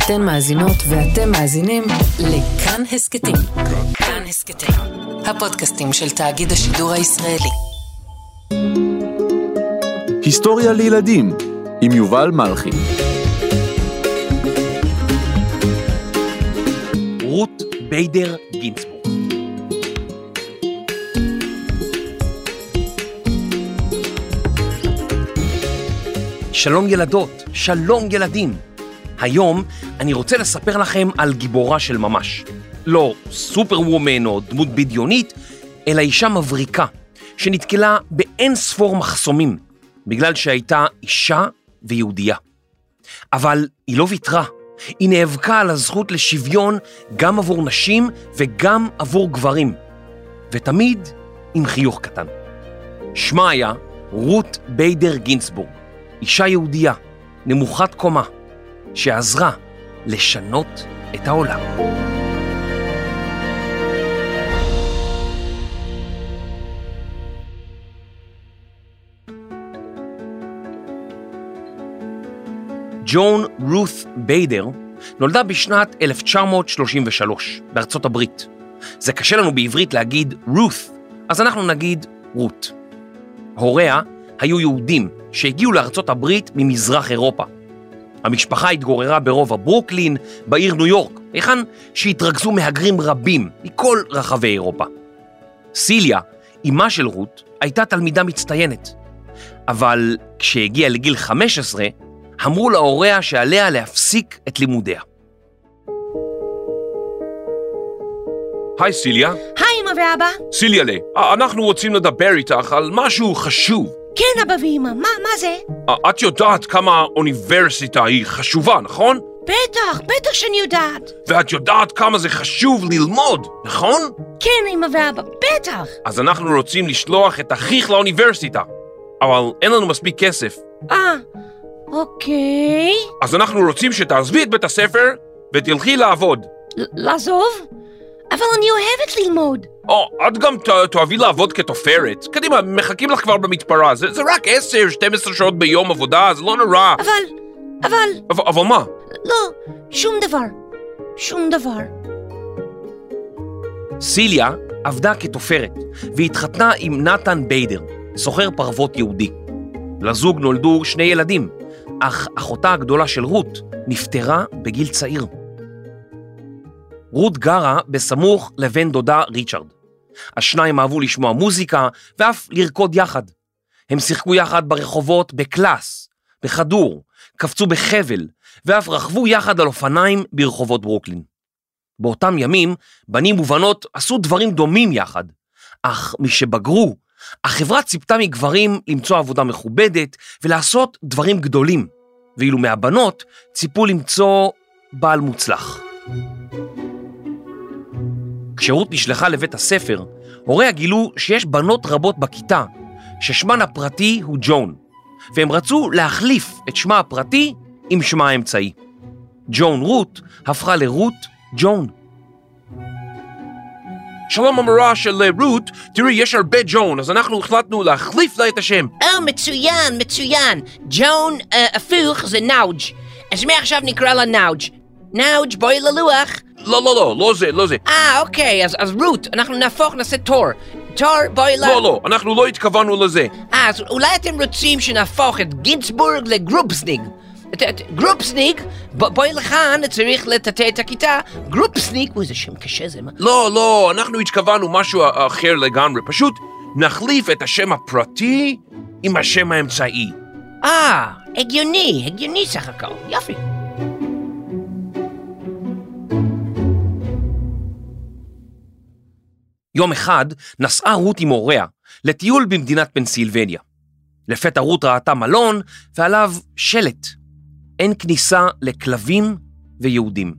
אתן מאזינות ואתם מאזינים לכאן הסקטים. כאן הסקטים, הפודקאסטים של תאגיד השידור הישראלי. היסטוריה לילדים עם יובל מלכי. רות ביידר גינסבורג. שלום ילדות, שלום ילדים. היום אני רוצה לספר לכם על גיבורה של ממש. לא סופר וומן או דמות בדיונית, אלא אישה מבריקה שנתקלה באין ספור מחסומים בגלל שהייתה אישה ויהודייה. אבל היא לא ויתרה, היא נאבקה על הזכות לשוויון גם עבור נשים וגם עבור גברים, ותמיד עם חיוך קטן. שמה היה רות ביידר גינסבורג, אישה יהודייה, נמוכת קומה, שעזרה לשנות את העולם. ג'ון רות ביידר נולדה בשנת 1933 בארצות הברית. זה קשה לנו בעברית להגיד רות, אז אנחנו נגיד רות. הוריה היו יהודים שהגיעו לארצות הברית ממזרח אירופה. המשפחה התגוררה ברובע ברוקלין, בעיר ניו יורק, היכן שהתרכזו מהגרים רבים מכל רחבי אירופה. סיליה, אמה של רות, הייתה תלמידה מצטיינת. אבל כשהגיעה לגיל 15, אמרו להוריה שעליה להפסיק את לימודיה. היי סיליה. היי אמא ואבא. סיליה, אנחנו רוצים לדבר איתך על משהו חשוב. כן אבא ואמא, מה זה? את יודעת כמה האוניברסיטה היא חשובה, נכון? בטח שאני יודעת. ואת יודעת כמה זה חשוב ללמוד, נכון? כן אמא ואבא, בטח. אז אנחנו רוצים לשלוח את אחיך לאוניברסיטה, אבל אין לנו מספיק כסף. אוקיי. אז אנחנו רוצים שתעזבי את בית הספר ותלכי לעבוד. לעזוב? אבל אני אוהבת ללמוד. את גם תאהבי לעבוד כתופרת. קדימה, מחכים לך כבר במתפרה. זה רק 10-12 שעות ביום עבודה, זה לא נורא. אבל מה? לא, שום דבר. סיליה עבדה כתופרת והתחתנה עם נתן ביידר, סוחר פרוות יהודי. לזוג נולדו 2 ילדים, אך אחותה הגדולה של רות נפטרה בגיל צעיר. רות גרה בסמוך לבן דודה ריצ'רד. השניים אהבו לשמוע מוזיקה ואף לרקוד יחד. הם שיחקו יחד ברחובות בקלאס, בכדור, קפצו בחבל, ואף רכבו יחד על אופניים ברחובות ברוקלין. באותם ימים, בנים ובנות עשו דברים דומים יחד, אך משבגרו, החברה ציפתה מגברים למצוא עבודה מכובדת ולעשות דברים גדולים, ואילו מהבנות ציפו למצוא בעל מוצלח. כשרות נשלחה לבית הספר, הוריה גילו שיש בנות רבות בכיתה, ששמן הפרטי הוא ג'ון, והם רצו להחליף את שמה הפרטי עם שמה האמצעי. ג'ון רות הפכה לרות ג'ון. שלום המורה של רות, תראי יש הרבה ג'ון, אז אנחנו החלטנו להחליף לה את השם. מצוין. ג'ון הפוך זה נאוג', אז מעכשיו נקרא לה נאוג'. נאוג' בואי ללוח. לא זה. אוקיי, אז רות, אנחנו נעשה תור, בואי ל... לא, אנחנו לא התכוונו לזה. אז אולי אתם רוצים שנהפוך את גינסבורג לגרופסניג. גרופסניג, בואי לכאן, צריך לטאטא את הכיתה. גרופסניג, איזה שם קשה זה, מה? לא, אנחנו התכוונו משהו אחר לגמרי, פשוט נחליף את השם הפרטי עם השם האמצעי. הגיוני סך הכל, יופי. יום אחד נסעה רות עם הוריה לטיול במדינת פנסילבניה. לפתע רות ראתה מלון ועליו שלט: אין כניסה לכלבים ויהודים.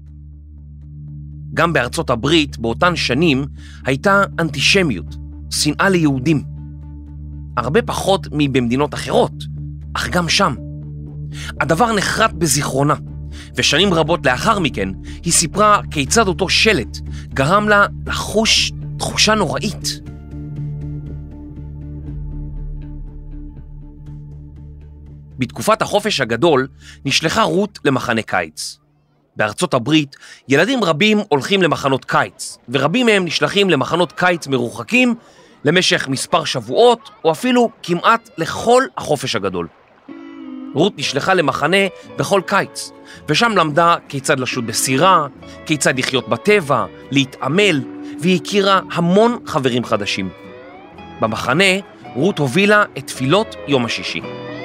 גם בארצות הברית באותן שנים הייתה אנטישמיות, שנאה ליהודים. הרבה פחות מבמדינות אחרות, אך גם שם. הדבר נחרט בזיכרונה, ושנים רבות לאחר מכן היא סיפרה כיצד אותו שלט גרם לה לחוש תחושה נוראית. בתקופת החופש הגדול נשלחה רות למחנה קיץ. בארצות הברית ילדים רבים הולכים למחנות קיץ, ורבים מהם נשלחים למחנות קיץ מרוחקים למשך מספר שבועות, או אפילו כמעט לכל החופש הגדול. רות נשלחה למחנה בכל קיץ, ושם למדה כיצד לשוט בסירה, כיצד לחיות בטבע, להתעמל, והיא הכירה המון חברים חדשים. במחנה רות הובילה את תפילות יום השישי.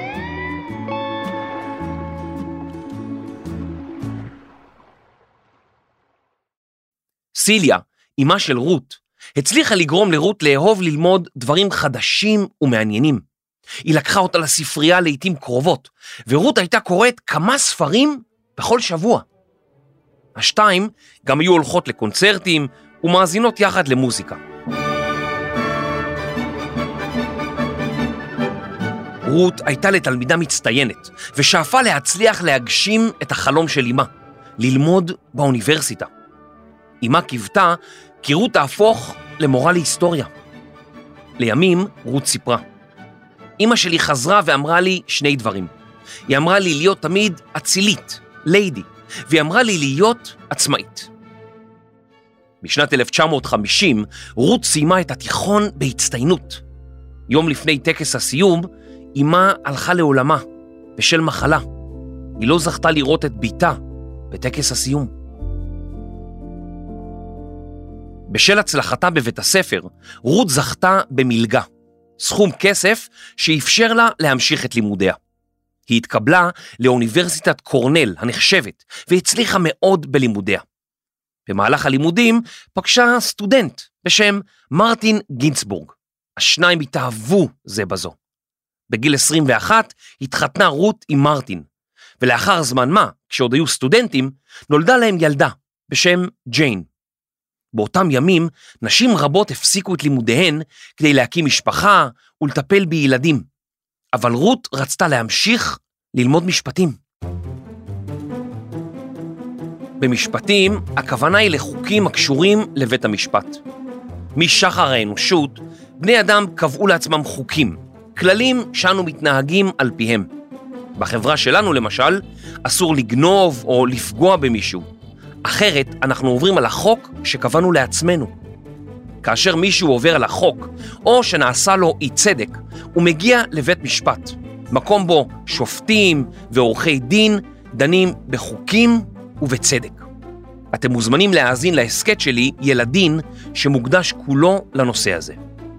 סיליה, אמא של רות, הצליחה לגרום לרות לאהוב ללמוד דברים חדשים ומעניינים. היא לקחה אותה לספרייה לעתים קרובות, ורות הייתה קוראת כמה ספרים בכל שבוע. השתיים גם היו הולכות לקונצרטים ומאזינות יחד למוזיקה. רות הייתה לתלמידה מצטיינת, ושאפה להצליח להגשים את החלום של אמא, ללמוד באוניברסיטה. אמא קיוותה כי רות תהפוך למורה להיסטוריה. לימים רות סיפרה. אמא שלי חזרה ואמרה לי שני דברים. היא אמרה לי להיות תמיד אצילית, ליידי, והיא אמרה לי להיות עצמאית. בשנת 1950 רות סיימה את התיכון בהצטיינות. יום לפני טקס הסיום, אמא הלכה לעולמה בשל מחלה. היא לא זכתה לראות את ביתה בטקס הסיום. בשל הצלחתה בבית הספר, רות זכתה במלגה, סכום כסף שאפשר לה להמשיך את לימודיה. היא התקבלה לאוניברסיטת קורנל הנחשבת, והצליחה מאוד בלימודיה. במהלך הלימודים פגשה סטודנט בשם מרטין גינסבורג. השניים התאהבו זה בזו. בגיל 21 התחתנה רות עם מרטין, ולאחר זמן מה, כשעוד היו סטודנטים, נולדה להם ילדה בשם ג'יין. באותם ימים, נשים רבות הפסיקו את לימודיהן כדי להקים משפחה ולטפל בילדים. אבל רות רצתה להמשיך ללמוד משפטים. במשפטים, הכוונה היא לחוקים הקשורים לבית המשפט. משחר האנושות, בני אדם קבעו לעצמם חוקים, כללים שאנו מתנהגים על פיהם. בחברה שלנו, למשל, אסור לגנוב או לפגוע במישהו. אחרת אנחנו עוברים על החוק שקבענו לעצמנו. כאשר מישהו עובר על החוק, או שנעשה לו אי צדק, הוא מגיע לבית משפט, מקום בו שופטים ועורכי דין דנים בחוקים ובצדק. אתם מוזמנים להאזין להסקט שלי ילדין, שמוקדש כולו לנושא הזה.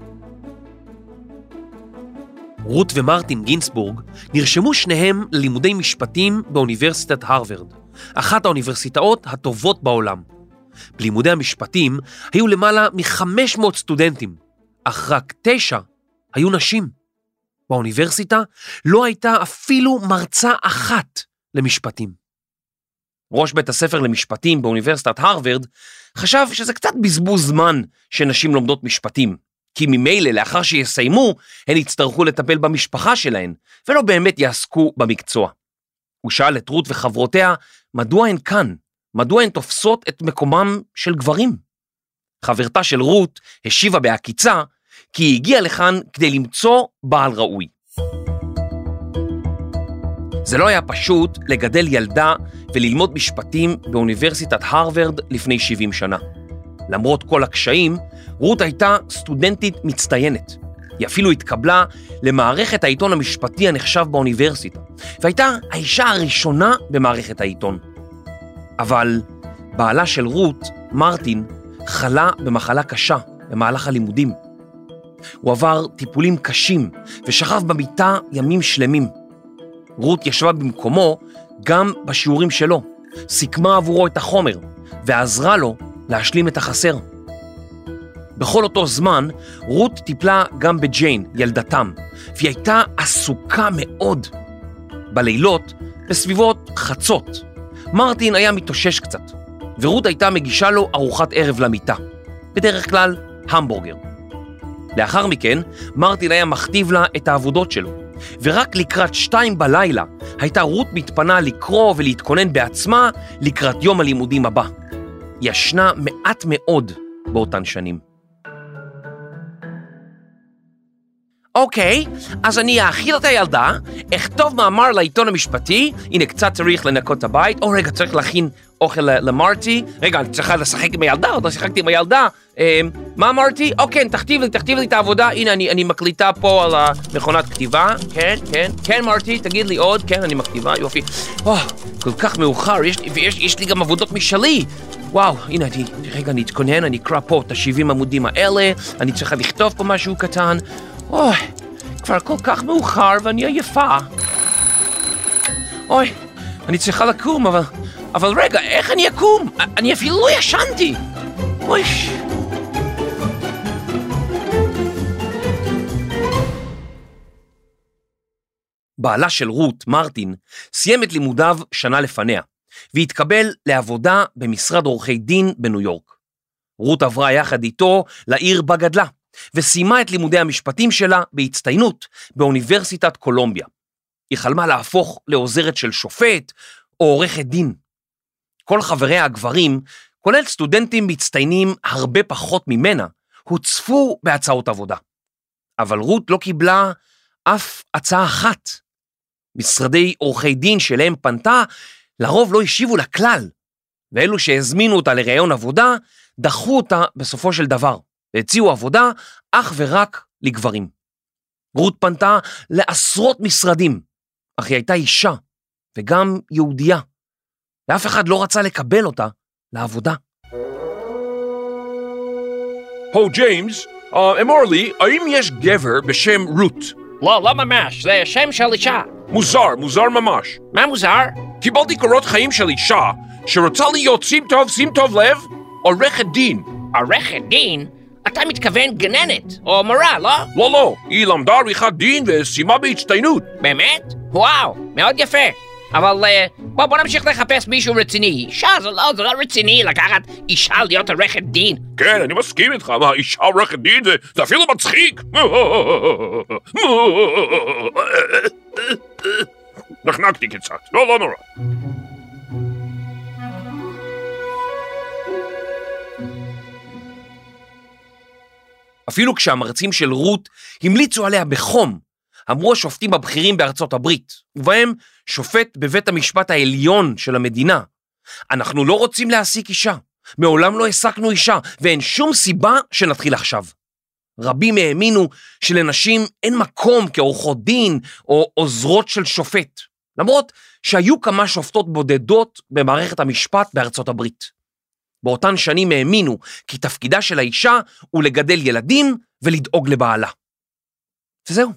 רות ומרטין גינסבורג נרשמו שניהם ללימודי משפטים באוניברסיטת הרווארד, אחת האוניברסיטאות הטובות בעולם. בלימודי המשפטים היו למעלה מ-500 סטודנטים, אך רק 9 היו נשים. באוניברסיטה לא הייתה אפילו מרצה אחת למשפטים. ראש בית הספר למשפטים באוניברסיטת הרווארד חשב שזה קצת בזבוז זמן שנשים לומדות משפטים, כי ממילא לאחר שיסיימו הן יצטרכו לטפל במשפחה שלהן, ולא באמת יעסקו במקצוע. הוא שאל את רות וחברותיה מדוע הן כאן, מדוע הן תופסות את מקומם של גברים. חברתה של רות השיבה בהקיצה כי היא הגיעה לכאן כדי למצוא בעל ראוי. זה לא היה פשוט לגדל ילדה וללמוד משפטים באוניברסיטת הרווארד לפני 70 שנה. למרות כל הקשיים, רות הייתה סטודנטית מצטיינת. היא אפילו התקבלה למערכת העיתון המשפטי הנחשב באוניברסיטה, והייתה האישה הראשונה במערכת העיתון. אבל בעלה של רות, מרטין, חלה במחלה קשה במהלך הלימודים. הוא עבר טיפולים קשים ושכב במיטה ימים שלמים. רות ישבה במקומו גם בשיעורים שלו, סיכמה עבורו את החומר ועזרה לו להשלים את החסר. בכל אותו זמן, רות טיפלה גם בג'יין, ילדתם, והיא הייתה עסוקה מאוד. בלילות, בסביבות חצות, מרטין היה מתאושש קצת, ורות הייתה מגישה לו ארוחת ערב למיטה, בדרך כלל המבורגר. לאחר מכן, מרטין היה מכתיב לה את העבודות שלו, ורק לקראת 2 בלילה הייתה רות מתפנה לקרוא ולהתכונן בעצמה לקראת יום הלימודים הבא. ישנה מעט מאוד באותן שנים. אוקיי, אז אני אאכיל את הילדה, אכתוב מאמר לעיתון המשפטי, הנה קצת צריך לנקות את הבית, או רגע, צריך להכין אוכל למרטי, רגע, אני צריכה לשחק עם הילדה, עוד לא שיחקתי עם הילדה, מה אמרתי? אוקיי, תכתיב לי את העבודה, הנה אני מקליטה פה על המכונת כתיבה, כן מרטי, תגיד לי עוד, כן, אני מכתיבה, יופי, כל כך מאוחר, יש לי גם עבודות משלי, וואו, הנה, רגע, אני אתכונן, אני אקרא פה את ה-70 עמודים האלה, אני צריכה לכתוב פה משהו קטן, אוי, כבר כל כך מאוחר ואני עייפה. אוי, אני צריכה לקום, אבל רגע, איך אני אקום? אני אפילו לא ישנתי. אוי. בעלה של רות, מרטין, סיים את לימודיו שנה לפניה, והתקבל לעבודה במשרד עורכי דין בניו יורק. רות עברה יחד איתו לעיר בה גדלה, וסיימה את לימודי המשפטים שלה בהצטיינות באוניברסיטת קולומביה. היא חלמה להפוך לעוזרת של שופט או עורכת דין. כל חבריה הגברים, כולל סטודנטים מצטיינים הרבה פחות ממנה, הוצפו בהצעות עבודה. אבל רות לא קיבלה אף הצעה אחת. משרדי עורכי דין שלהם פנתה, לרוב לא השיבו לה כלל, ואלו שהזמינו אותה לראיון עבודה, דחו אותה בסופו של דבר. והציעו עבודה אך ורק לגברים. רות פנתה לעשרות משרדים, אך היא הייתה אישה וגם יהודייה, ואף אחד לא רצה לקבל אותה לעבודה. ג'יימס, אמור לי, האם יש גבר בשם רות? לא ממש, זה שם של אישה. מוזר ממש. מה מוזר? קיבלתי קורות חיים של אישה שרוצה להיות, שים טוב לב, עורכת דין. עורכת דין? אתה מתכוון גננת, או מורה, לא? לא, היא למדה עריכת דין וסיימה בהצטיינות. באמת? וואו, מאוד יפה. אבל בוא נמשיך לחפש מישהו רציני. אישה, זה לא רציני לקחת אישה להיות עורכת דין. כן, אני מסכים איתך, מה, אישה עורכת דין זה אפילו מצחיק. נחנקתי קצת, לא נורא. אפילו כשהמרצים של רות המליצו עליה בחום, אמרו השופטים הבכירים בארצות הברית, ובהם שופט בבית המשפט העליון של המדינה, אנחנו לא רוצים להעסיק אישה, מעולם לא העסקנו אישה, ואין שום סיבה שנתחיל עכשיו. רבים האמינו שלנשים אין מקום כעורכות דין או עוזרות של שופט, למרות שהיו כמה שופטות בודדות במערכת המשפט בארצות הברית. באותן שנים האמינו כי תפקידה של האישה הוא לגדל ילדים ולדאוג לבעלה. וזהו.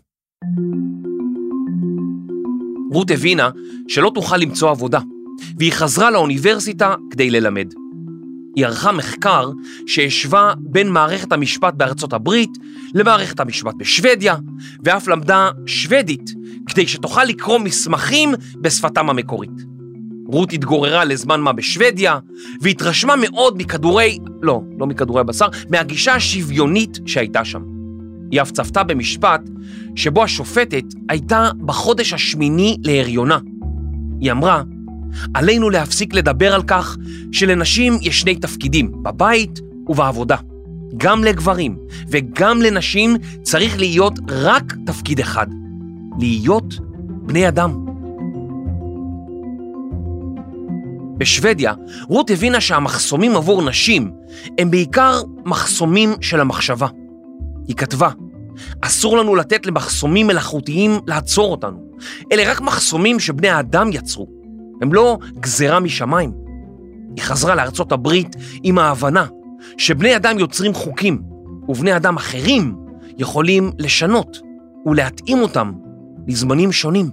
רות הבינה שלא תוכל למצוא עבודה, והיא חזרה לאוניברסיטה כדי ללמד. היא ערכה מחקר שהשווה בין מערכת המשפט בארצות הברית למערכת המשפט בשוודיה, ואף למדה שוודית כדי שתוכל לקרוא מסמכים בשפתם המקורית. רות התגוררה לזמן מה בשוודיה, והתרשמה מאוד לא מכדורי הבשר, מהגישה השוויונית שהייתה שם. היא אף צפתה במשפט שבו השופטת הייתה בחודש השמיני להריונה. היא אמרה, עלינו להפסיק לדבר על כך שלנשים יש שני תפקידים, בבית ובעבודה. גם לגברים וגם לנשים צריך להיות רק תפקיד אחד, להיות בני אדם. בשוודיה, רות הבינה שהמחסומים עבור נשים הם בעיקר מחסומים של המחשבה. היא כתבה, אסור לנו לתת למחסומים מלאכותיים לעצור אותנו. אלה רק מחסומים שבני האדם יצרו. הם לא גזרה משמיים. היא חזרה לארצות הברית עם ההבנה שבני אדם יוצרים חוקים, ובני אדם אחרים יכולים לשנות ולהתאים אותם לזמנים שונים.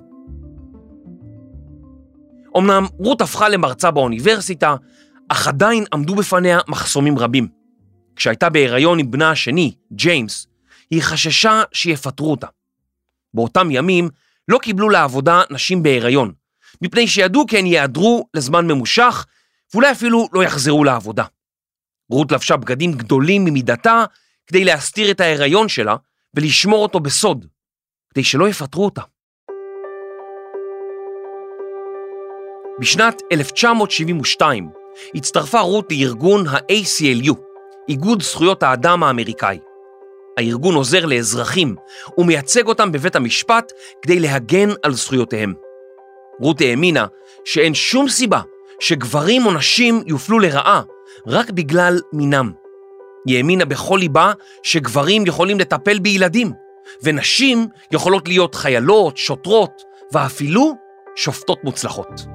אמנם רות הפכה למרצה באוניברסיטה, אך עדיין עמדו בפניה מחסומים רבים. כשהייתה בהיריון עם בנה השני, ג'יימס, היא חששה שיפטרו אותה. באותם ימים לא קיבלו לעבודה נשים בהיריון, מפני שידעו כי הן יעדרו לזמן ממושך, ואולי אפילו לא יחזרו לעבודה. רות לבשה בגדים גדולים ממידתה, כדי להסתיר את ההיריון שלה, ולשמור אותו בסוד, כדי שלא יפטרו אותה. בשנת 1972 הצטרפה רות לארגון ה-ACLU, איגוד זכויות האדם האמריקאי. הארגון עוזר לאזרחים ומייצג אותם בבית המשפט כדי להגן על זכויותיהם. רות האמינה שאין שום סיבה שגברים או נשים יופלו לרעה רק בגלל מינם. היא האמינה בכל ליבה שגברים יכולים לטפל בילדים, ונשים יכולות להיות חיילות, שוטרות, ואפילו שופטות מוצלחות.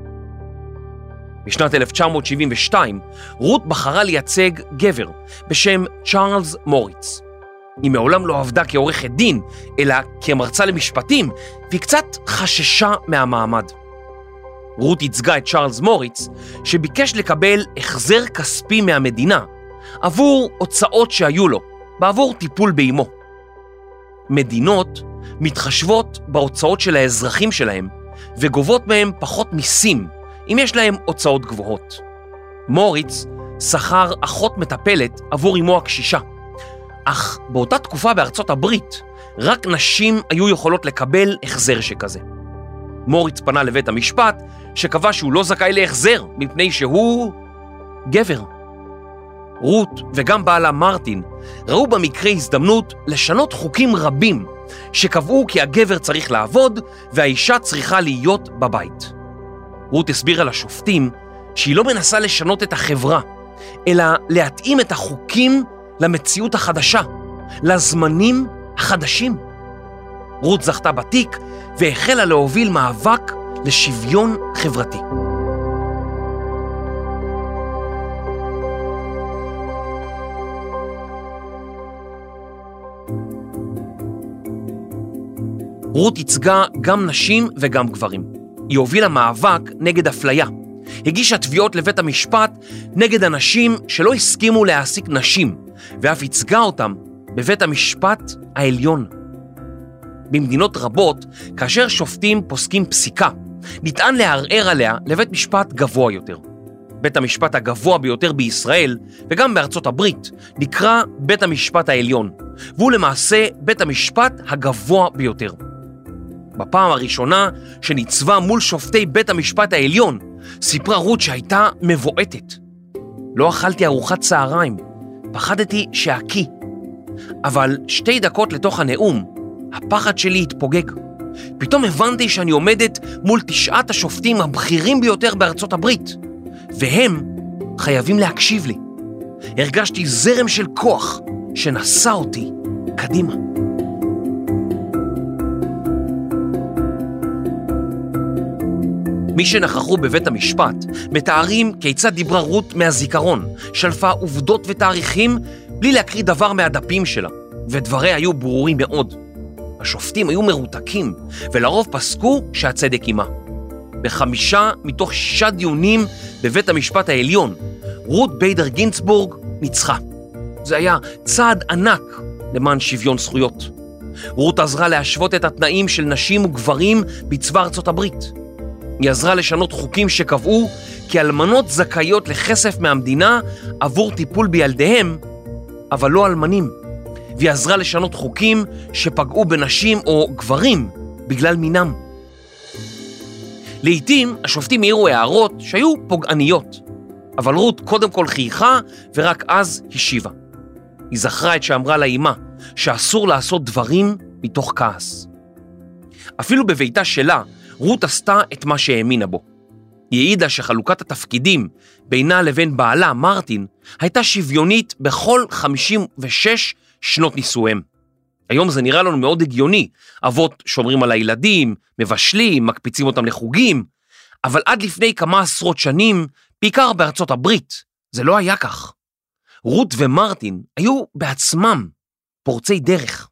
בשנת 1972, רות בחרה לייצג גבר בשם צ'ארלס מוריץ. היא מעולם לא עבדה כעורכת דין, אלא כמרצה למשפטים, והיא קצת חששה מהמעמד. רות ייצגה את צ'ארלס מוריץ, שביקש לקבל החזר כספי מהמדינה, עבור הוצאות שהיו לו, בעבור טיפול באמו. מדינות מתחשבות בהוצאות של האזרחים שלהם, וגובות מהם פחות מיסים, אם יש להם הוצאות גבוהות. מוריץ שכר אחות מטפלת עבור אמו הקשישה, אך באותה תקופה בארצות הברית, רק נשים היו יכולות לקבל החזר שכזה. מוריץ פנה לבית המשפט, שקבע שהוא לא זכאי להחזר, מפני שהוא גבר. רות וגם בעלה מרטין ראו במקרה הזדמנות לשנות חוקים רבים, שקבעו כי הגבר צריך לעבוד והאישה צריכה להיות בבית. רות הסבירה לשופטים שהיא לא מנסה לשנות את החברה, אלא להתאים את החוקים למציאות החדשה, לזמנים החדשים. רות זכתה בתיק והחלה להוביל מאבק לשוויון חברתי. רות ייצגה גם נשים וגם גברים. היא הובילה מאבק נגד אפליה. הגישה תביעות לבית המשפט נגד אנשים שלא הסכימו להעסיק נשים, ואף ייצגה אותם בבית המשפט העליון. במדינות רבות, כאשר שופטים פוסקים פסיקה, ניתן לערער עליה לבית משפט גבוה יותר. בית המשפט הגבוה ביותר בישראל, וגם בארצות הברית, נקרא בית המשפט העליון, והוא למעשה בית המשפט הגבוה ביותר. בפעם הראשונה שניצבה מול שופטי בית המשפט העליון, סיפרה רות שהייתה מבועטת. לא אכלתי ארוחת צהריים, פחדתי שעקי. אבל 2 דקות לתוך הנאום, הפחד שלי התפוגג. פתאום הבנתי שאני עומדת מול 9 השופטים הבכירים ביותר בארצות הברית, והם חייבים להקשיב לי. הרגשתי זרם של כוח שנשא אותי קדימה. מי שנכחו בבית המשפט מתארים כיצד דיברה רות מהזיכרון, שלפה עובדות ותאריכים בלי להקריא דבר מהדפים שלה, ודבריה היו ברורים מאוד. השופטים היו מרותקים, ולרוב פסקו שהצדק עימה. ב5 מתוך 6 דיונים בבית המשפט העליון, רות ביידר גינסבורג ניצחה. זה היה צעד ענק למען שוויון זכויות. רות עזרה להשוות את התנאים של נשים וגברים בצבא ארצות הברית. היא עזרה לשנות חוקים שקבעו כי אלמנות זכאיות לכסף מהמדינה עבור טיפול בילדיהם, אבל לא אלמנים. והיא עזרה לשנות חוקים שפגעו בנשים או גברים בגלל מינם. לעתים השופטים העירו הערות שהיו פוגעניות, אבל רות קודם כל חייכה ורק אז השיבה. היא זכרה את שאמרה לאימה, שאסור לעשות דברים מתוך כעס. אפילו בביתה שלה, רות עשתה את מה שהאמינה בו. היא העידה שחלוקת התפקידים בינה לבין בעלה, מרטין, הייתה שוויונית בכל 56 שנות נישואיהם. היום זה נראה לנו מאוד הגיוני, אבות שומרים על הילדים, מבשלים, מקפיצים אותם לחוגים, אבל עד לפני כמה עשרות שנים, בעיקר בארצות הברית, זה לא היה כך. רות ומרטין היו בעצמם פורצי דרך.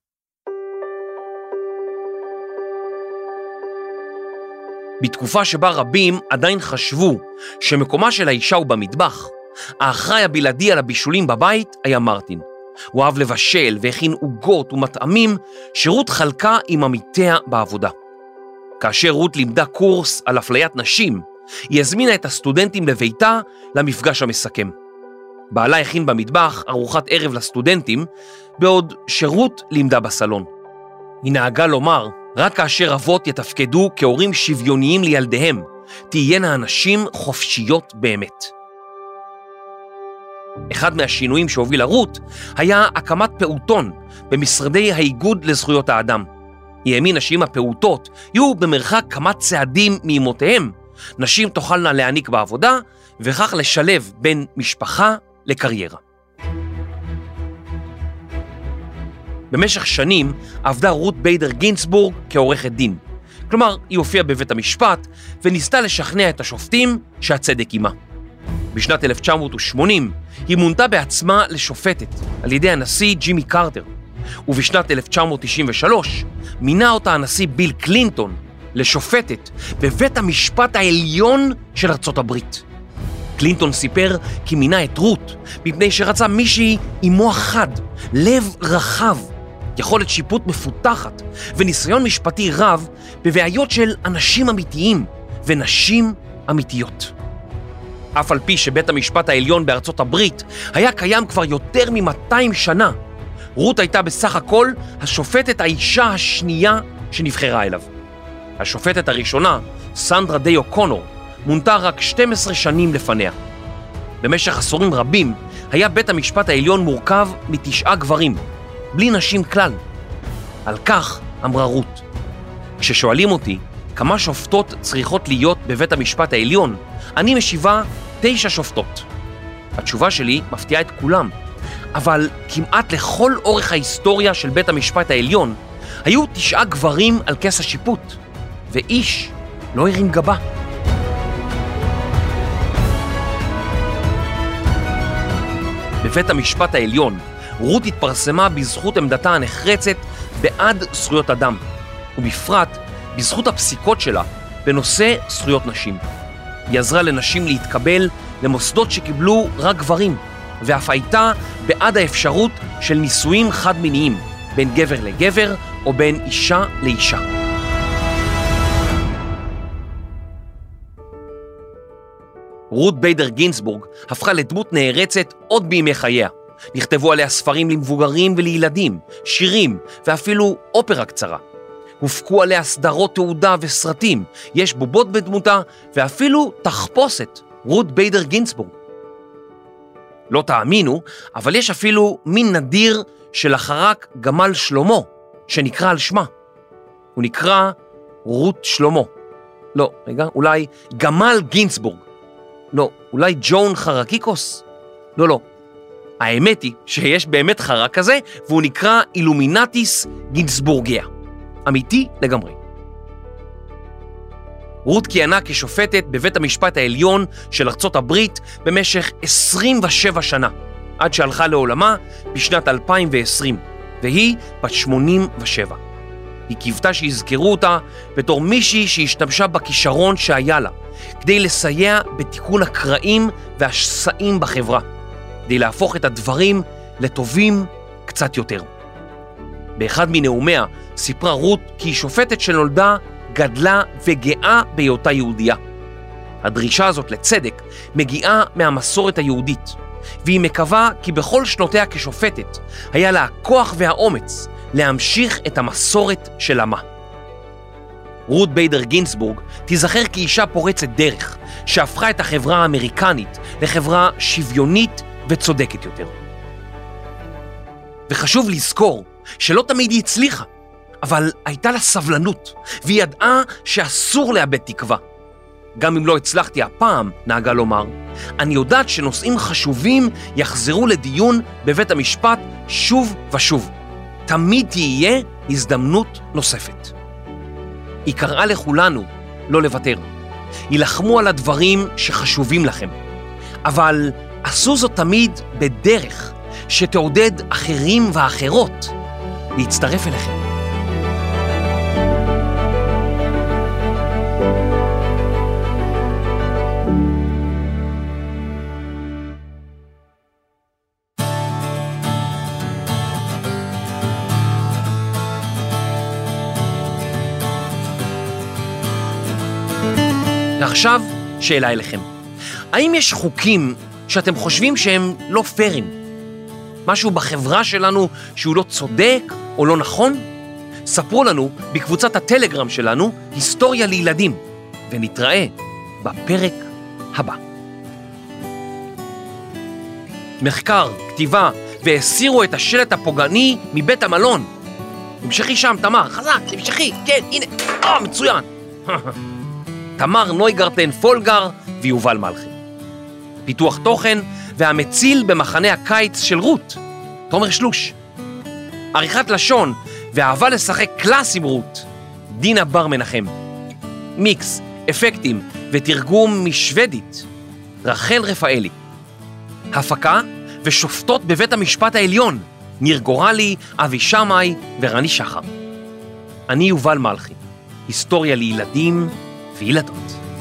בתקופה שבה רבים עדיין חשבו שמקומה של האישה הוא במטבח, האחראי הבלעדי על הבישולים בבית היה מרטין. הוא אהב לבשל והכין עוגות ומטעמים שרות חלקה עם עמיתיה בעבודה. כאשר רות לימדה קורס על אפליית נשים, היא הזמינה את הסטודנטים לביתה למפגש המסכם. בעלה הכין במטבח ארוחת ערב לסטודנטים, בעוד שרות לימדה בסלון. היא נהגה לומר, רק כאשר אבות יתפקדו כהורים שוויוניים לילדיהם, תהיינה הנשים חופשיות באמת. אחד מהשינויים שהובילה רות היה הקמת פעוטון במשרדי האיגוד לזכויות האדם. היא האמינה שאם הפעוטות יהיו במרחק כמה צעדים מאמותיהם, נשים תוכלנה להעניק בעבודה וכך לשלב בין משפחה לקריירה. במשך שנים עבדה רות ביידר גינסבורג כעורכת דין. כלומר, היא הופיעה בבית המשפט וניסתה לשכנע את השופטים שהצדק עימה. בשנת 1980 היא מונתה בעצמה לשופטת על ידי הנשיא ג'ימי קרטר, ובשנת 1993 מינה אותה הנשיא ביל קלינטון לשופטת בבית המשפט העליון של ארצות הברית. קלינטון סיפר כי מינה את רות מפני שרצה מישהי עם מוח חד, לב רחב, יכולת שיפוט מפותחת וניסיון משפטי רב בבעיות של אנשים אמיתיים ונשים אמיתיות. אף על פי שבית המשפט העליון בארצות הברית היה קיים כבר יותר מ-200 שנה, רות הייתה בסך הכל השופטת האישה השנייה שנבחרה אליו. השופטת הראשונה, סנדרה דיי אוקונור, מונתה רק 12 שנים לפניה. במשך עשורים רבים היה בית המשפט העליון מורכב מ9 גברים, בלי נשים כלל. על כך אמרה רות, כששואלים אותי כמה שופטות צריכות להיות בבית המשפט העליון, אני משיבה 9 שופטות. התשובה שלי מפתיעה את כולם, אבל כמעט לכל אורך ההיסטוריה של בית המשפט העליון היו 9 גברים על כס השיפוט, ואיש לא הרים גבה. בבית המשפט העליון רות התפרסמה בזכות עמדתה הנחרצת בעד זכויות אדם, ובפרט בזכות הפסיקות שלה בנושא זכויות נשים. היא עזרה לנשים להתקבל למוסדות שקיבלו רק גברים, ואף הייתה בעד האפשרות של נישואים חד-מיניים, בין גבר לגבר או בין אישה לאישה. רות ביידר גינסבורג הפכה לדמות נערצת עוד בימי חייה. נכתבו עליה ספרים למבוגרים ולילדים, שירים ואפילו אופרה קצרה. הופקו עליה סדרות תעודה וסרטים, יש בובות בדמותה ואפילו תחפושת, רות ביידר גינסבורג. לא תאמינו, אבל יש אפילו מין נדיר של החרק גמל שלמה, שנקרא על שמה. הוא נקרא רות שלמה. לא, רגע, אולי גמל גינסבורג. לא, אולי ג'ון חרקיקוס? לא. האמת היא שיש באמת חרק כזה, והוא נקרא אילומינטיס גינסבורגיה. אמיתי לגמרי. רות כיהנה כשופטת בבית המשפט העליון של ארצות הברית במשך 27 שנה, עד שהלכה לעולמה בשנת 2020, והיא בת 87. היא קיוותה שיזכרו אותה בתור מישהי שהשתמשה בכישרון שהיה לה, כדי לסייע בתיקון הקרעים והשסעים בחברה, כדי להפוך את הדברים לטובים קצת יותר. באחד מנאומיה סיפרה רות כי היא שופטת שנולדה, גדלה וגאה בהיותה יהודייה. הדרישה הזאת לצדק מגיעה מהמסורת היהודית, והיא מקווה כי בכל שנותיה כשופטת היה לה הכוח והאומץ להמשיך את המסורת של עמה. רות ביידר גינסבורג תיזכר כאישה פורצת דרך, שהפכה את החברה האמריקנית לחברה שוויונית וצודקת יותר. וחשוב לזכור שלא תמיד היא הצליחה, אבל הייתה לה סבלנות, והיא ידעה שאסור לאבד תקווה. גם אם לא הצלחתי הפעם, נהגה לומר, אני יודעת שנושאים חשובים יחזרו לדיון בבית המשפט שוב ושוב. תמיד תהיה הזדמנות נוספת. היא קראה לכולנו לא לוותר. ילחמו על הדברים שחשובים לכם, אבל עשו זאת תמיד בדרך שתעודד אחרים ואחרות להצטרף אליכם. ועכשיו שאלה אליכם. האם יש חוקים שאתם חושבים שהם לא פיירים? משהו בחברה שלנו שהוא לא צודק או לא נכון? ספרו לנו בקבוצת הטלגרם שלנו, היסטוריה לילדים, ונתראה בפרק הבא. מחקר, כתיבה, והסירו את השלט הפוגעני מבית המלון. המשכי שם, תמר, חזק, המשכי, כן, הנה, מצוין. תמר נויגרטן פולגר ויובל מלכי. פיתוח תוכן והמציל במחנה הקיץ של רות, תומר שלוש. עריכת לשון ואהבה לשחק קלאס עם רות, דינה בר מנחם. מיקס, אפקטים ותרגום משוודית, רחל רפאלי. הפקה ושופטות בבית המשפט העליון, ניר גורלי, אבי שמאי ורני שחר. אני יובל מלכי, היסטוריה לילדים וילדות.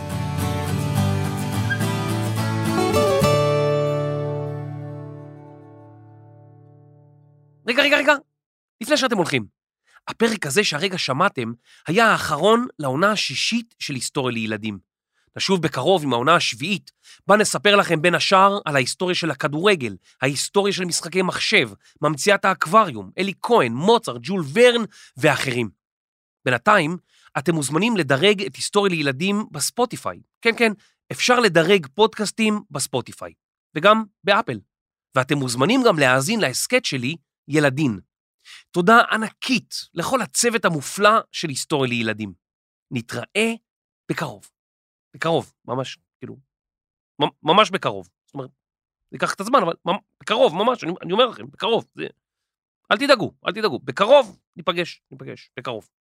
רגע, לפני שאתם הולכים. הפרק הזה שהרגע שמעתם היה האחרון לעונה השישית של היסטוריה לילדים. נשוב בקרוב עם העונה השביעית, בה נספר לכם בין השאר על ההיסטוריה של הכדורגל, ההיסטוריה של משחקי מחשב, ממציאת האקווריום, אלי כהן, מוצרט, ג'ול ורן ואחרים. בינתיים, אתם מוזמנים לדרג את היסטוריה לילדים בספוטיפיי. כן, אפשר לדרג פודקאסטים בספוטיפיי, וגם באפל. ואתם מוזמנים גם להאזין להסקט שלי, ילדין. תודה ענקית לכל הצוות המופלא של היסטוריה לילדים. נתראה בקרוב, ממש, כאילו, ממש בקרוב. זאת אומרת, זה ייקח את הזמן, אבל בקרוב, ממש, אני אומר לכם, בקרוב. אל תדאגו, בקרוב ניפגש, בקרוב.